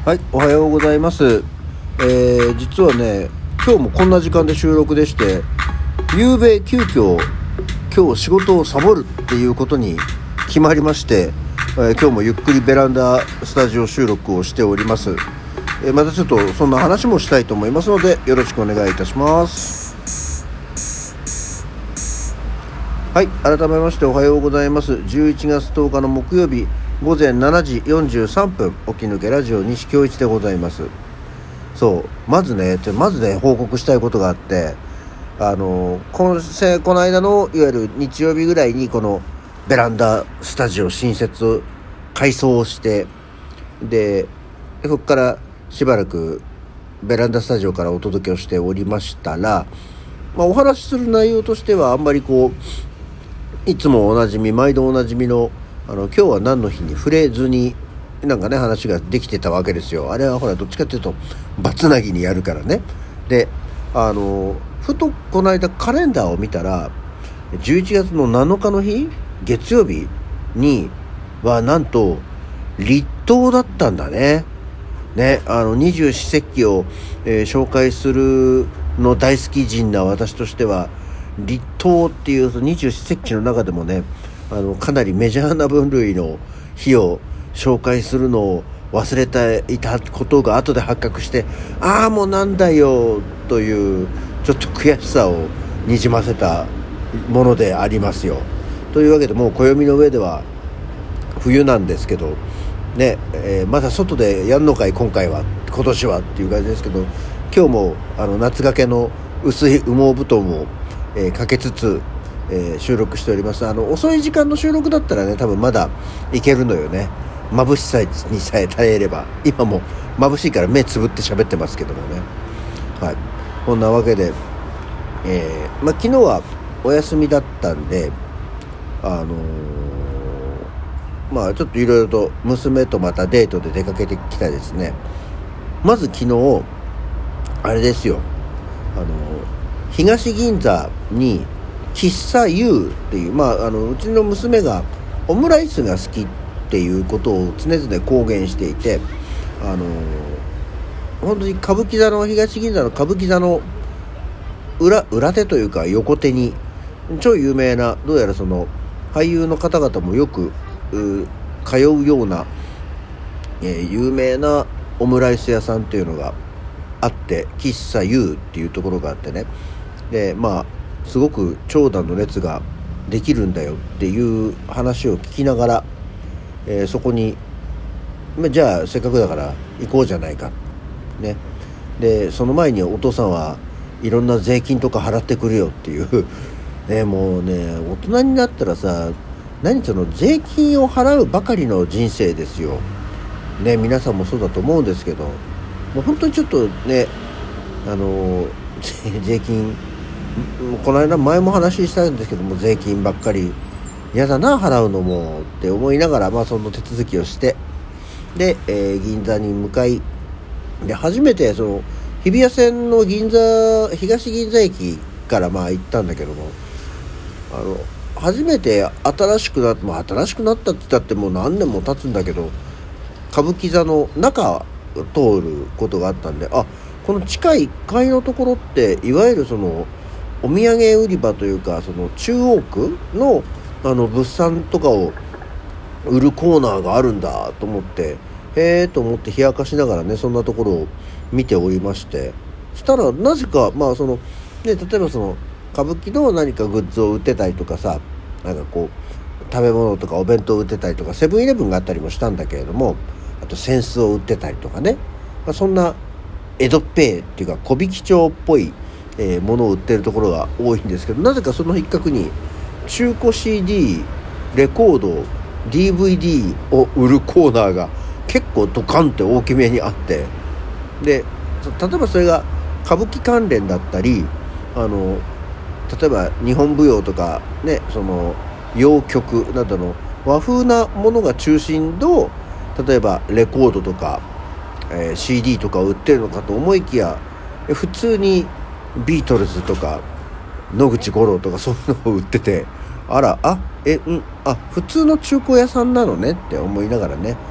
はい、おはようございます。実はね、今日もこんな時間で収録でして、昨べ急遽今日仕事をサボるっていうことに決まりまして、今日もゆっくりベランダスタジオ収録をしております。またちょっとそんな話もしたいと思いますので、よろしくお願いいたします。はい、改めましておはようございます。11月10日の木曜日午前7時43分、起き抜けラジオ西京一でございます。まずね報告したいことがあって、この間のいわゆる日曜日ぐらいにこのベランダスタジオ新設改装をして、でそこからしばらくベランダスタジオからお届けをしておりましたら、お話しする内容としてはあんまりいつもおなじみ毎度おなじみの今日は何の日に触れずに話ができてたわけですよ。あれはほらどっちかっていうとバツナギにやるからね。でふとこの間カレンダーを見たら11月の7日の日月曜日にはなんと立冬だったんだね。二十四節気を、紹介するの大好き人な私としては、立冬っていう二十四節気の中でもね、かなりメジャーな分類の日を紹介するのを忘れていたことが後で発覚して、もうなんだよというちょっと悔しさをにじませたものでありますよ。というわけで、もう暦の上では冬なんですけどね、まだ外でやんのかい今年はっていう感じですけど、今日も夏掛けの薄い羽毛布団を、かけつつ、収録しております。遅い時間の収録だったらね、多分まだいけるのよね。眩しさにさえ耐えれば。今も眩しいから目つぶって喋ってますけどもね。はい、こんなわけで、昨日はお休みだったんで、ちょっといろいろと娘とまたデートで出かけてきたですね。まず昨日あれですよ、東銀座に喫茶 U っていう、うちの娘がオムライスが好きっていうことを常々公言していて、本当に東銀座の歌舞伎座の裏手というか横手に超有名な、どうやらその俳優の方々もよく通うような、有名なオムライス屋さんっていうのがあって、喫茶 U っていうところがあってね。ですごく長蛇の列ができるんだよっていう話を聞きながら、そこに、じゃあせっかくだから行こうじゃないかね。でその前にお父さんはいろんな税金とか払ってくるよっていうね。もうね、大人になったらさ、その税金を払うばかりの人生ですよね。皆さんもそうだと思うんですけど、もう本当にちょっとね、税金、この間前も話したんですけども、税金ばっかり嫌だな払うのもって思いながら、その手続きをして、で、銀座に向かい、で初めてその日比谷線の東銀座駅から行ったんだけども、初めて新しくなったって言ったってもう何年も経つんだけど、歌舞伎座の中通ることがあったんで、この地下1階のところっていわゆるそのお土産売り場というか、その中央区の物産とかを売るコーナーがあるんだと思って、と思って冷やかしながらね、そんなところを見ておりまして、そしたらなぜか例えばその歌舞伎の何かグッズを売ってたりとかさ、食べ物とかお弁当を売ってたりとか、セブンイレブンがあったりもしたんだけれども、あと扇子を売ってたりとかね、そんな江戸っぺっていうか小引町っぽいものを売ってるところが多いんですけど、なぜかその一角に中古 CD、レコード、DVD を売るコーナーが結構ドカンって大きめにあって、で例えばそれが歌舞伎関連だったり、例えば日本舞踊とかね、その洋曲などの和風なものが中心の、例えばレコードとか、CD とかを売ってるのかと思いきや、普通にビートルズとか野口五郎とかそういうのを売ってて、普通の中古屋さんなのねって思いながらね、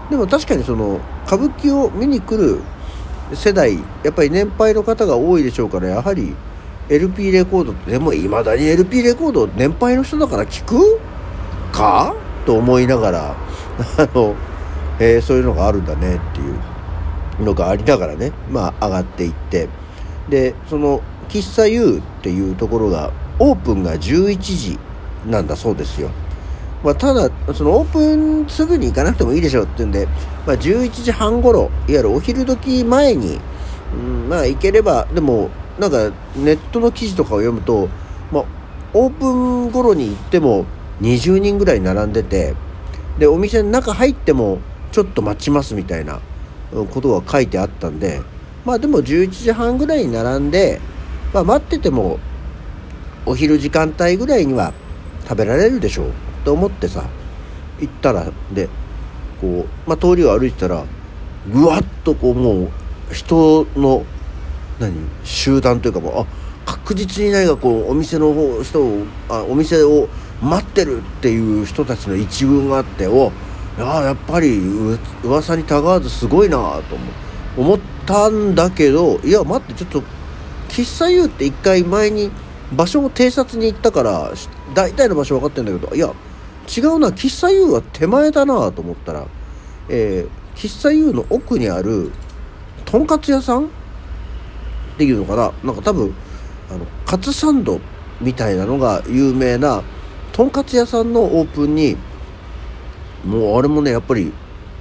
でも確かにその歌舞伎を見に来る世代やっぱり年配の方が多いでしょうから、やはり LP レコードってでもいまだに LP レコード年配の人だから聞くかと思いながらそういうのがあるんだねっていうのがありながらね、上がっていって、でその喫茶 U っていうところがオープンが11時なんだそうですよ。ただそのオープンすぐに行かなくてもいいでしょっていうんで、11時半頃いわゆるお昼時前に、行ければ、でもなんかネットの記事とかを読むと、オープン頃に行っても20人ぐらい並んでて、でお店の中入ってもちょっと待ちますみたいなことが書いてあったんで、でも11時半ぐらいに並んで、待っててもお昼時間帯ぐらいには食べられるでしょうと思ってさ行ったら、でこう、通りを歩いてたらぐわっとこうもう人の集団というか、もう確実に何かこうお店の人をお店を待ってるっていう人たちの一群があって、やっぱり噂にたがわずすごいなと思ったんだけど、いや待って、ちょっと喫茶 U って一回前に場所を偵察に行ったから大体の場所分かってるんだけど、いや違うな、喫茶 U は手前だなと思ったら、喫茶 U の奥にあるとんかつ屋さんっていうのかな、なんか多分カツサンドみたいなのが有名なとんかつ屋さんのオープンに、もうあれもねやっぱり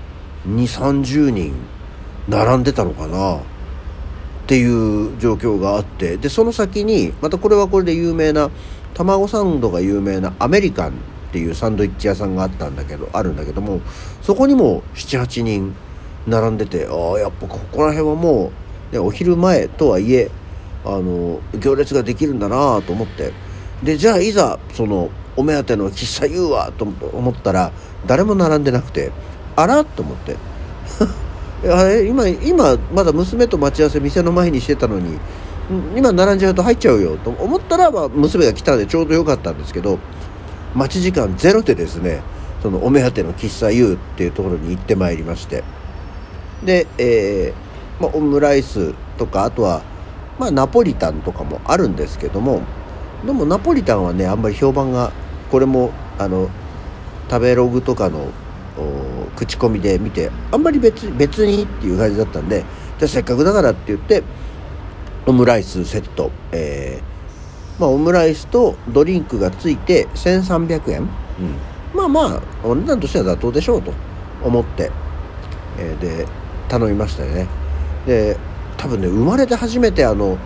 2,30 人並んでたのかなっていう状況があって、でその先にまたこれはこれで有名な卵サンドが有名なアメリカンっていうサンドイッチ屋さんがあるんだけども、そこにも 7,8 人並んでて、やっぱここら辺はもう、ね、お昼前とはいえ行列ができるんだなと思って、でじゃあいざそのお目当ての喫茶 U はと思ったら誰も並んでなくて、あらと思って今まだ娘と待ち合わせ店の前にしてたのに今並んじゃうと入っちゃうよと思ったら、娘が来たのでちょうどよかったんですけど、待ち時間ゼロでですね、そのお目当ての喫茶 U っていうところに行ってまいりまして、で、オムライスとかあとはナポリタンとかもあるんですけども、でもナポリタンはねあんまり評判が、これも食べログとかの口コミで見てあんまり別にっていう感じだったんで、じゃあせっかくだからって言ってオムライスセット、オムライスとドリンクがついて1300円、お値段としては妥当でしょうと思って、で頼みましたよね。で多分ね生まれて初めて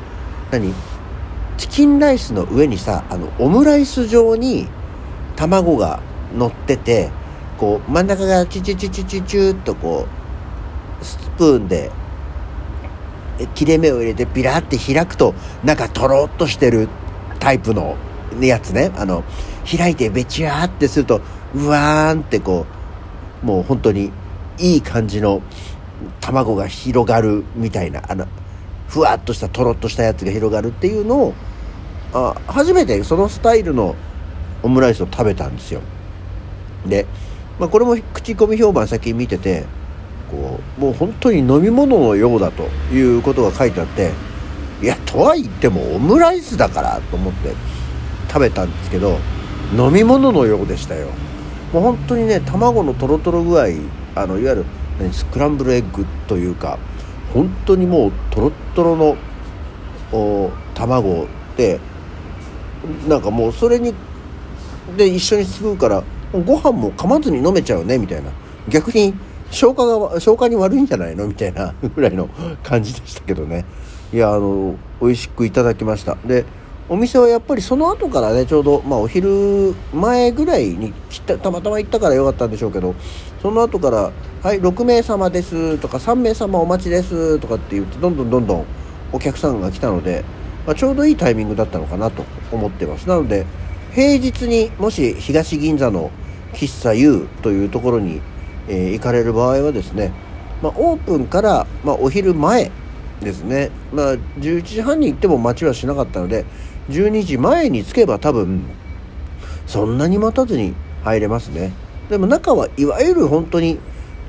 チキンライスの上にさオムライス状に卵が乗ってて、こう真ん中がチュチュチュチュチュチュっとこうスプーンで切れ目を入れてビラって開くとなんかとろっとしてるタイプのやつね、開いてベチャーってするとうわーんってこうもう本当にいい感じの卵が広がるみたいな、ふわっとしたとろっとしたやつが広がるっていうのを初めてそのスタイルのオムライスを食べたんですよ。で、これも口コミ評判先に見てて、こうもう本当に飲み物のようだということが書いてあって、いやとは言ってもオムライスだからと思って食べたんですけど、飲み物のようでしたよ。もう本当にね卵のトロトロ具合、いわゆるスクランブルエッグというか、本当にもうトロットロの卵で、なんかもうそれにで一緒にすくうからご飯も噛まずに飲めちゃうねみたいな、逆に消化に悪いんじゃないのみたいなぐらいの感じでしたけどね。いや美味しくいただきました。でお店はやっぱりその後からねちょうどお昼前ぐらいにたまたま行ったからよかったんでしょうけど、その後からはい6名様ですとか3名様お待ちですとかって言ってどんどんお客さんが来たので、ちょうどいいタイミングだったのかなと思ってます。なので平日にもし東銀座の喫茶 U というところに、行かれる場合はですね、オープンから、お昼前ですね、11時半に行っても待ちはしなかったので12時前に着けば多分そんなに待たずに入れますね。でも中はいわゆる本当に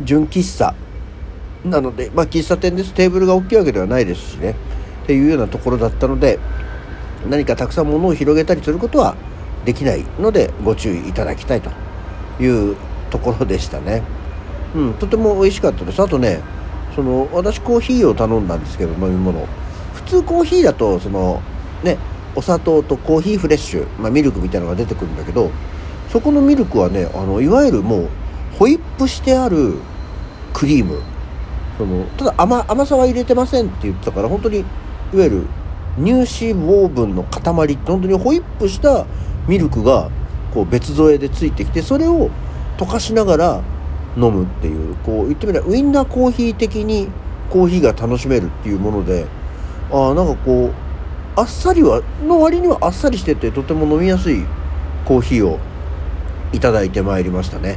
純喫茶なので、喫茶店です。テーブルが大きいわけではないですしねっていうようなところだったので、何かたくさん物を広げたりすることはできないのでご注意いただきたいというところでしたね。とても美味しかったです。あとね、私コーヒーを頼んだんですけど、飲み物、普通コーヒーだとお砂糖とコーヒーフレッシュ、ミルクみたいなのが出てくるんだけど、そこのミルクはね、いわゆるもうホイップしてあるクリーム、ただ甘さは入れてませんって言ってたから、本当にいわゆる乳脂肪分の塊って、本当にホイップしたミルクがこう別添えでついてきて、それを溶かしながら飲むっていう、こう言ってみればウインナーコーヒー的にコーヒーが楽しめるっていうもので、なんかこうあっさりの割にはあっさりしてて、とても飲みやすいコーヒーをいただいてまいりましたね。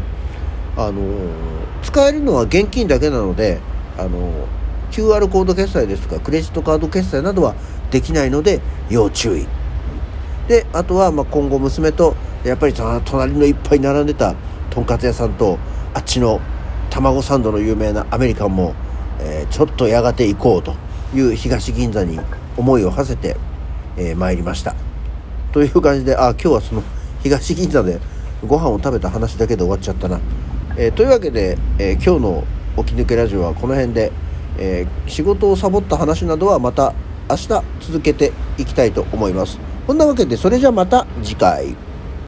使えるのは現金だけなので、QR コード決済ですとかクレジットカード決済などはできないので要注意で、あとは今後娘とやっぱり隣のいっぱい並んでたとんかつ屋さんと、あっちの卵サンドの有名なアメリカンも、ちょっとやがて行こうという東銀座に思いを馳せて、参りましたという感じで、今日はその東銀座でご飯を食べた話だけで終わっちゃったな。というわけで、今日の起き抜けラジオはこの辺で、仕事をサボった話などはまた明日続けていきたいと思います。こんなわけで、それじゃまた次回。